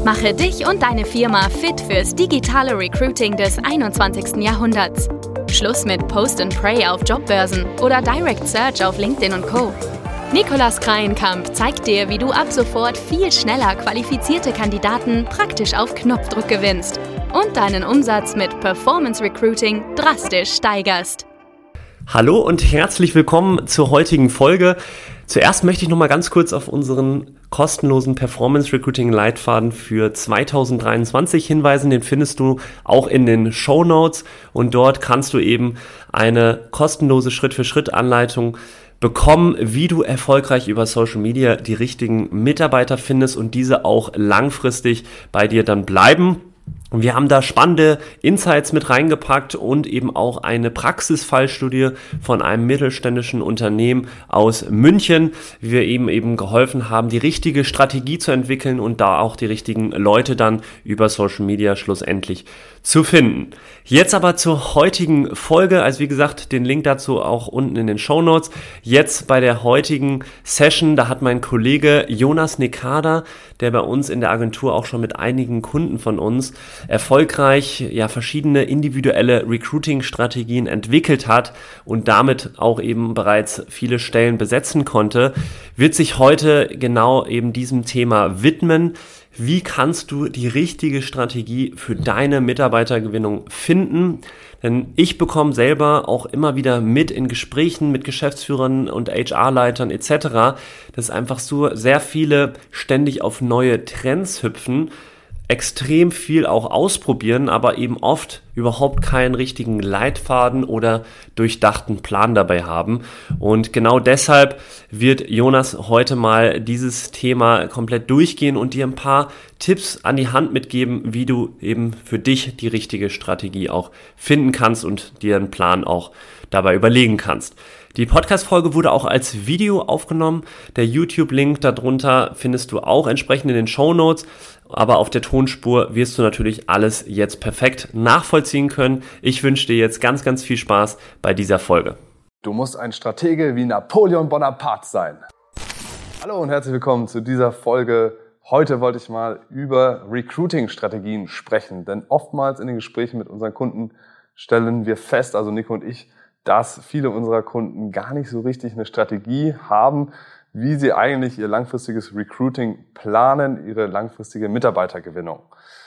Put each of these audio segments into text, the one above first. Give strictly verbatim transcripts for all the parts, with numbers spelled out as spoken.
Mache dich und deine Firma fit fürs digitale Recruiting des einundzwanzigsten Jahrhunderts. Schluss mit Post and Pray auf Jobbörsen oder Direct Search auf LinkedIn und Co. Nikolaus Kreienkamp zeigt dir, wie du ab sofort viel schneller qualifizierte Kandidaten praktisch auf Knopfdruck gewinnst und deinen Umsatz mit Performance Recruiting drastisch steigerst. Hallo und herzlich willkommen zur heutigen Folge. Zuerst möchte ich noch mal ganz kurz auf unseren kostenlosen Performance Recruiting Leitfaden für zweitausenddreiundzwanzig hinweisen. Den findest du auch in den Shownotes und dort kannst du eben eine kostenlose Schritt-für-Schritt-Anleitung bekommen, wie du erfolgreich über Social Media die richtigen Mitarbeiter findest und diese auch langfristig bei dir dann bleiben. Und wir haben da spannende Insights mit reingepackt und eben auch eine Praxisfallstudie von einem mittelständischen Unternehmen aus München, wie wir eben eben geholfen haben, die richtige Strategie zu entwickeln und da auch die richtigen Leute dann über Social Media schlussendlich zu finden. Jetzt aber zur heutigen Folge, also wie gesagt, den Link dazu auch unten in den Shownotes. Jetzt bei der heutigen Session, da hat mein Kollege Jonas Nekada, der bei uns in der Agentur auch schon mit einigen Kunden von uns erfolgreich ja verschiedene individuelle Recruiting-Strategien entwickelt hat und damit auch eben bereits viele Stellen besetzen konnte, wird sich heute genau eben diesem Thema widmen. Wie kannst du die richtige Strategie für deine Mitarbeitergewinnung finden? Denn ich bekomme selber auch immer wieder mit in Gesprächen mit Geschäftsführern und H R-Leitern et cetera, dass einfach so sehr viele ständig auf neue Trends hüpfen, extrem viel auch ausprobieren, aber eben oft überhaupt keinen richtigen Leitfaden oder durchdachten Plan dabei haben. Und genau deshalb wird Jonas heute mal dieses Thema komplett durchgehen und dir ein paar Tipps an die Hand mitgeben, wie du eben für dich die richtige Strategie auch finden kannst und dir einen Plan auch dabei überlegen kannst. Die Podcast-Folge wurde auch als Video aufgenommen. Der YouTube-Link darunter findest du auch entsprechend in den Shownotes. Aber auf der Tonspur wirst du natürlich alles jetzt perfekt nachvollziehen können. Ich wünsche dir jetzt ganz, ganz viel Spaß bei dieser Folge. Du musst ein Stratege wie Napoleon Bonaparte sein. Hallo und herzlich willkommen zu dieser Folge. Heute wollte ich mal über Recruiting-Strategien sprechen. Denn oftmals in den Gesprächen mit unseren Kunden stellen wir fest, also Nico und ich, dass viele unserer Kunden gar nicht so richtig eine Strategie haben, wie sie eigentlich ihr langfristiges Recruiting planen, ihre langfristige Mitarbeitergewinnung.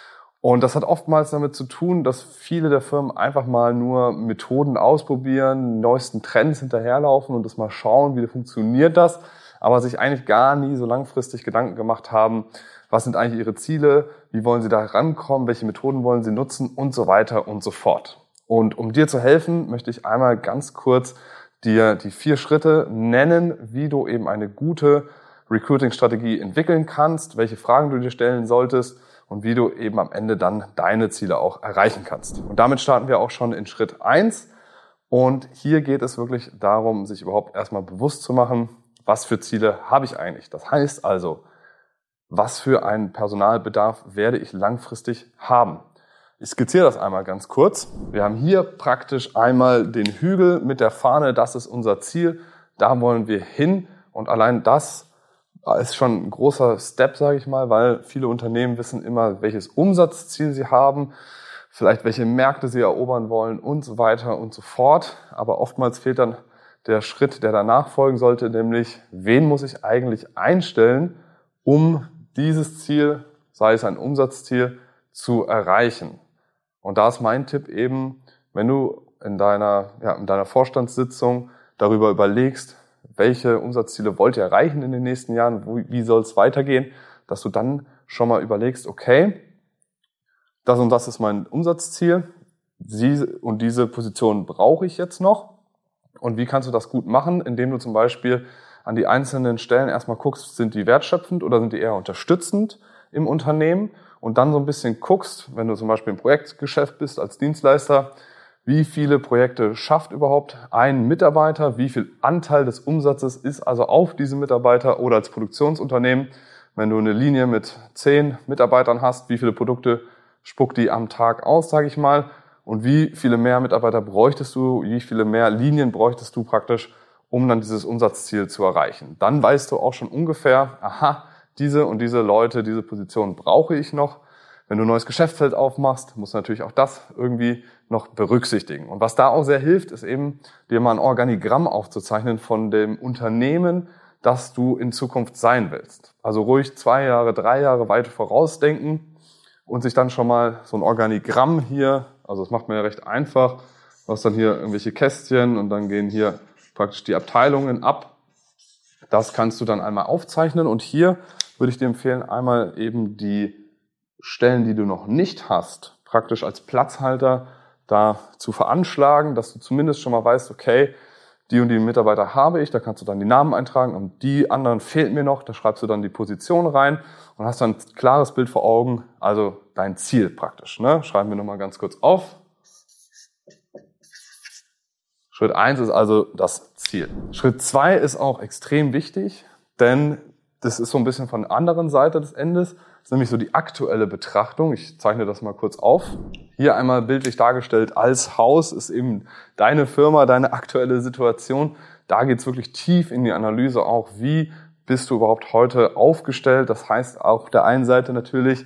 Und das hat oftmals damit zu tun, dass viele der Firmen einfach mal nur Methoden ausprobieren, neuesten Trends hinterherlaufen und das mal schauen, wie funktioniert das, aber sich eigentlich gar nie so langfristig Gedanken gemacht haben, was sind eigentlich ihre Ziele, wie wollen sie da rankommen, welche Methoden wollen sie nutzen und so weiter und so fort. Und um dir zu helfen, möchte ich einmal ganz kurz dir die vier Schritte nennen, wie du eben eine gute Recruiting-Strategie entwickeln kannst, welche Fragen du dir stellen solltest und wie du eben am Ende dann deine Ziele auch erreichen kannst. Und damit starten wir auch schon in Schritt eins. Und hier geht es wirklich darum, sich überhaupt erstmal bewusst zu machen, was für Ziele habe ich eigentlich. Das heißt also, was für einen Personalbedarf werde ich langfristig haben. Ich skizziere das einmal ganz kurz. Wir haben hier praktisch einmal den Hügel mit der Fahne, das ist unser Ziel, da wollen wir hin und allein das ist schon ein großer Step, sage ich mal, weil viele Unternehmen wissen immer, welches Umsatzziel sie haben, vielleicht welche Märkte sie erobern wollen und so weiter und so fort. Aber oftmals fehlt dann der Schritt, der danach folgen sollte, nämlich wen muss ich eigentlich einstellen, um dieses Ziel, sei es ein Umsatzziel, zu erreichen. Und da ist mein Tipp eben, wenn du in deiner, ja, in deiner Vorstandssitzung darüber überlegst, welche Umsatzziele wollt ihr erreichen in den nächsten Jahren, wo, wie soll es weitergehen, dass du dann schon mal überlegst, okay, das und das ist mein Umsatzziel, diese und diese Position brauche ich jetzt noch. Und wie kannst du das gut machen, indem du zum Beispiel an die einzelnen Stellen erstmal guckst, sind die wertschöpfend oder sind die eher unterstützend im Unternehmen? Und dann so ein bisschen guckst, wenn du zum Beispiel im Projektgeschäft bist als Dienstleister, wie viele Projekte schafft überhaupt ein Mitarbeiter, wie viel Anteil des Umsatzes ist also auf diesem Mitarbeiter oder als Produktionsunternehmen, wenn du eine Linie mit zehn Mitarbeitern hast, wie viele Produkte spuckt die am Tag aus, sage ich mal, und wie viele mehr Mitarbeiter bräuchtest du, wie viele mehr Linien bräuchtest du praktisch, um dann dieses Umsatzziel zu erreichen. Dann weißt du auch schon ungefähr, aha, diese und diese Leute, diese Position brauche ich noch. Wenn du ein neues Geschäftsfeld aufmachst, musst du natürlich auch das irgendwie noch berücksichtigen. Und was da auch sehr hilft, ist eben, dir mal ein Organigramm aufzuzeichnen von dem Unternehmen, das du in Zukunft sein willst. Also ruhig zwei Jahre, drei Jahre weit vorausdenken und sich dann schon mal so ein Organigramm hier, also das macht man ja recht einfach, du hast dann hier irgendwelche Kästchen und dann gehen hier praktisch die Abteilungen ab. Das kannst du dann einmal aufzeichnen und hier würde ich dir empfehlen, einmal eben die Stellen, die du noch nicht hast, praktisch als Platzhalter da zu veranschlagen, dass du zumindest schon mal weißt, okay, die und die Mitarbeiter habe ich, da kannst du dann die Namen eintragen und die anderen fehlen mir noch, da schreibst du dann die Position rein und hast dann ein klares Bild vor Augen, also dein Ziel praktisch. Ne? Schreiben wir nochmal ganz kurz auf. Schritt eins ist also das Ziel. Schritt zwei ist auch extrem wichtig, denn das ist so ein bisschen von der anderen Seite des Endes. Das ist nämlich so die aktuelle Betrachtung. Ich zeichne das mal kurz auf. Hier einmal bildlich dargestellt als Haus ist eben deine Firma, deine aktuelle Situation. Da geht's wirklich tief in die Analyse auch. Wie bist du überhaupt heute aufgestellt? Das heißt auf der einen Seite natürlich,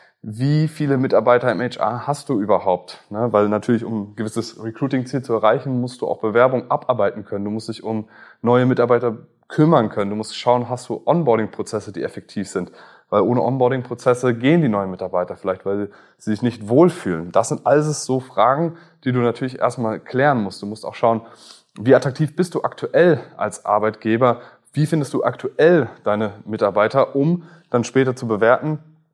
wie viele Mitarbeiter im H R hast du überhaupt? Ne? Weil natürlich, um ein gewisses Recruiting-Ziel zu erreichen, musst du auch Bewerbungen abarbeiten können. Du musst dich um neue Mitarbeiter kümmern können. Du musst schauen, hast du Onboarding-Prozesse, die effektiv sind. Weil ohne Onboarding-Prozesse gehen die neuen Mitarbeiter vielleicht, weil sie sich nicht wohlfühlen. Das sind alles so Fragen, die du natürlich erstmal klären musst. Du musst auch schauen, wie attraktiv bist du aktuell als Arbeitgeber? Wie findest du aktuell deine Mitarbeiter, um dann später zu bewerten,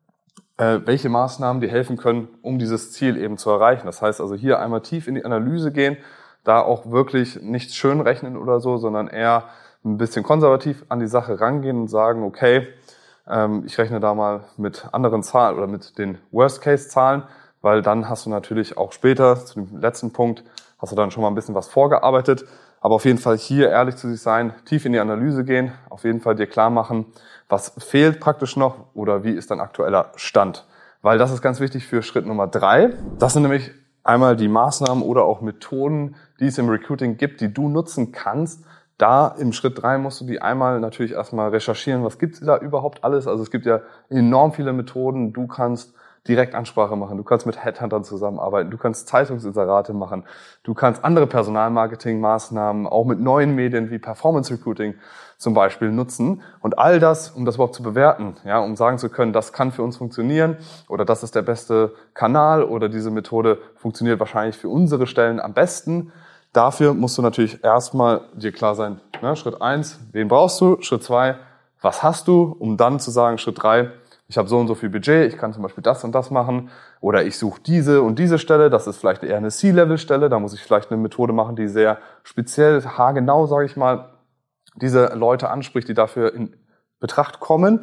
äh, welche Maßnahmen dir helfen können, um dieses Ziel eben zu erreichen. Das heißt also hier einmal tief in die Analyse gehen, da auch wirklich nichts schön rechnen oder so, sondern eher ein bisschen konservativ an die Sache rangehen und sagen, okay, ich rechne da mal mit anderen Zahlen oder mit den Worst-Case-Zahlen, weil dann hast du natürlich auch später, zu dem letzten Punkt, hast du dann schon mal ein bisschen was vorgearbeitet. Aber auf jeden Fall hier ehrlich zu sich sein, tief in die Analyse gehen, auf jeden Fall dir klar machen, was fehlt praktisch noch oder wie ist dein aktueller Stand. Weil das ist ganz wichtig für Schritt Nummer drei. Das sind nämlich einmal die Maßnahmen oder auch Methoden, die es im Recruiting gibt, die du nutzen kannst. Da im Schritt drei musst du die einmal natürlich erstmal recherchieren, was gibt's da überhaupt alles. Also es gibt ja enorm viele Methoden. Du kannst Direktansprache machen, du kannst mit Headhuntern zusammenarbeiten, du kannst Zeitungsinserate machen, du kannst andere Personalmarketing-Maßnahmen auch mit neuen Medien wie Performance Recruiting zum Beispiel nutzen. Und all das, um das überhaupt zu bewerten, ja, um sagen zu können, das kann für uns funktionieren oder das ist der beste Kanal oder diese Methode funktioniert wahrscheinlich für unsere Stellen am besten. Dafür musst du natürlich erstmal dir klar sein, ne, Schritt eins, wen brauchst du? Schritt zwei, was hast du? Um dann zu sagen, Schritt drei, ich habe so und so viel Budget, ich kann zum Beispiel das und das machen oder ich suche diese und diese Stelle, das ist vielleicht eher eine C-Level-Stelle, da muss ich vielleicht eine Methode machen, die sehr speziell, haargenau, sage ich mal, diese Leute anspricht, die dafür in Betracht kommen.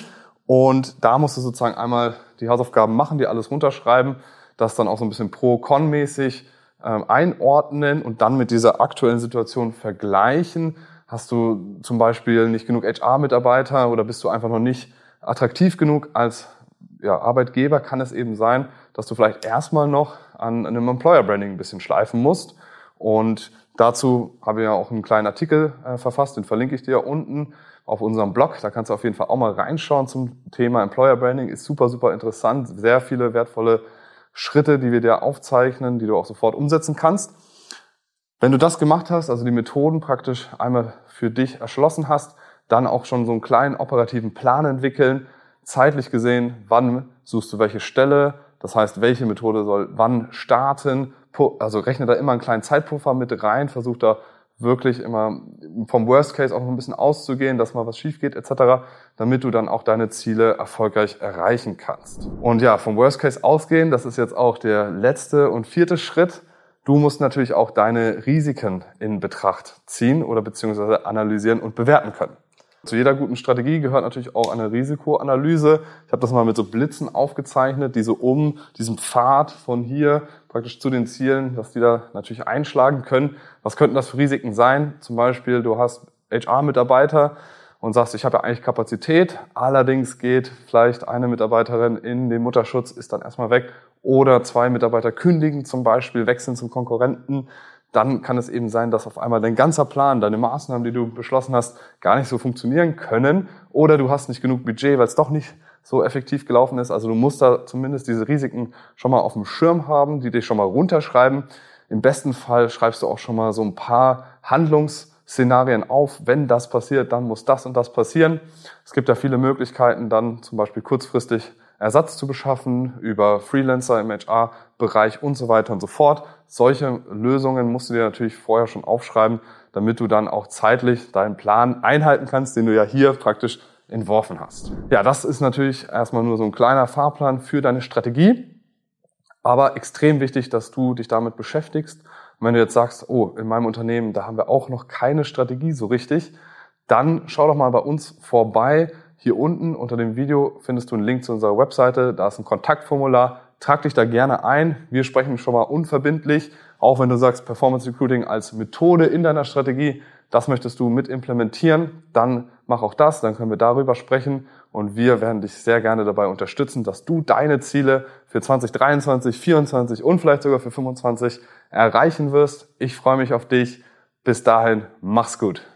Und da musst du sozusagen einmal die Hausaufgaben machen, die alles runterschreiben, das dann auch so ein bisschen pro-con-mäßig einordnen und dann mit dieser aktuellen Situation vergleichen. Hast du zum Beispiel nicht genug H R-Mitarbeiter oder bist du einfach noch nicht attraktiv genug als ja, Arbeitgeber, kann es eben sein, dass du vielleicht erstmal noch an einem Employer-Branding ein bisschen schleifen musst. Und dazu habe ich ja auch einen kleinen Artikel äh, verfasst, den verlinke ich dir unten auf unserem Blog. Da kannst du auf jeden Fall auch mal reinschauen zum Thema Employer-Branding. Ist super, super interessant. Sehr viele wertvolle Schritte, die wir dir aufzeichnen, die du auch sofort umsetzen kannst. Wenn du das gemacht hast, also die Methoden praktisch einmal für dich erschlossen hast, dann auch schon so einen kleinen operativen Plan entwickeln, zeitlich gesehen, wann suchst du welche Stelle, das heißt, welche Methode soll wann starten, also rechne da immer einen kleinen Zeitpuffer mit rein, versuch da wirklich immer vom Worst Case auch noch ein bisschen auszugehen, dass mal was schief geht et cetera, damit du dann auch deine Ziele erfolgreich erreichen kannst. Und ja, vom Worst Case ausgehen, das ist jetzt auch der letzte und vierte Schritt. Du musst natürlich auch deine Risiken in Betracht ziehen oder beziehungsweise analysieren und bewerten können. Zu jeder guten Strategie gehört natürlich auch eine Risikoanalyse. Ich habe das mal mit so Blitzen aufgezeichnet, die so um diesen Pfad von hier praktisch zu den Zielen, dass die da natürlich einschlagen können. Was könnten das für Risiken sein? Zum Beispiel, du hast H R-Mitarbeiter und sagst, ich habe ja eigentlich Kapazität, allerdings geht vielleicht eine Mitarbeiterin in den Mutterschutz, ist dann erstmal weg, oder zwei Mitarbeiter kündigen zum Beispiel, wechseln zum Konkurrenten. dann kann es eben sein, dass auf einmal dein ganzer Plan, deine Maßnahmen, die du beschlossen hast, gar nicht so funktionieren können oder du hast nicht genug Budget, weil es doch nicht so effektiv gelaufen ist. Also du musst da zumindest diese Risiken schon mal auf dem Schirm haben, die dich schon mal runterschreiben. Im besten Fall schreibst du auch schon mal so ein paar Handlungsszenarien auf. Wenn das passiert, dann muss das und das passieren. Es gibt da viele Möglichkeiten, dann zum Beispiel kurzfristig Ersatz zu beschaffen über Freelancer im H R-Bereich und so weiter und so fort. Solche Lösungen musst du dir natürlich vorher schon aufschreiben, damit du dann auch zeitlich deinen Plan einhalten kannst, den du ja hier praktisch entworfen hast. Ja, das ist natürlich erstmal nur so ein kleiner Fahrplan für deine Strategie, aber extrem wichtig, dass du dich damit beschäftigst. Und wenn du jetzt sagst, oh, in meinem Unternehmen, da haben wir auch noch keine Strategie so richtig, dann schau doch mal bei uns vorbei. Hier unten unter dem Video findest du einen Link zu unserer Webseite, da ist ein Kontaktformular, trag dich da gerne ein. Wir sprechen schon mal unverbindlich, auch wenn du sagst, Performance Recruiting als Methode in deiner Strategie, das möchtest du mit implementieren, dann mach auch das, dann können wir darüber sprechen und wir werden dich sehr gerne dabei unterstützen, dass du deine Ziele für zwanzig dreiundzwanzig, vierundzwanzig und vielleicht sogar für fünfundzwanzig erreichen wirst. Ich freue mich auf dich. Bis dahin, mach's gut.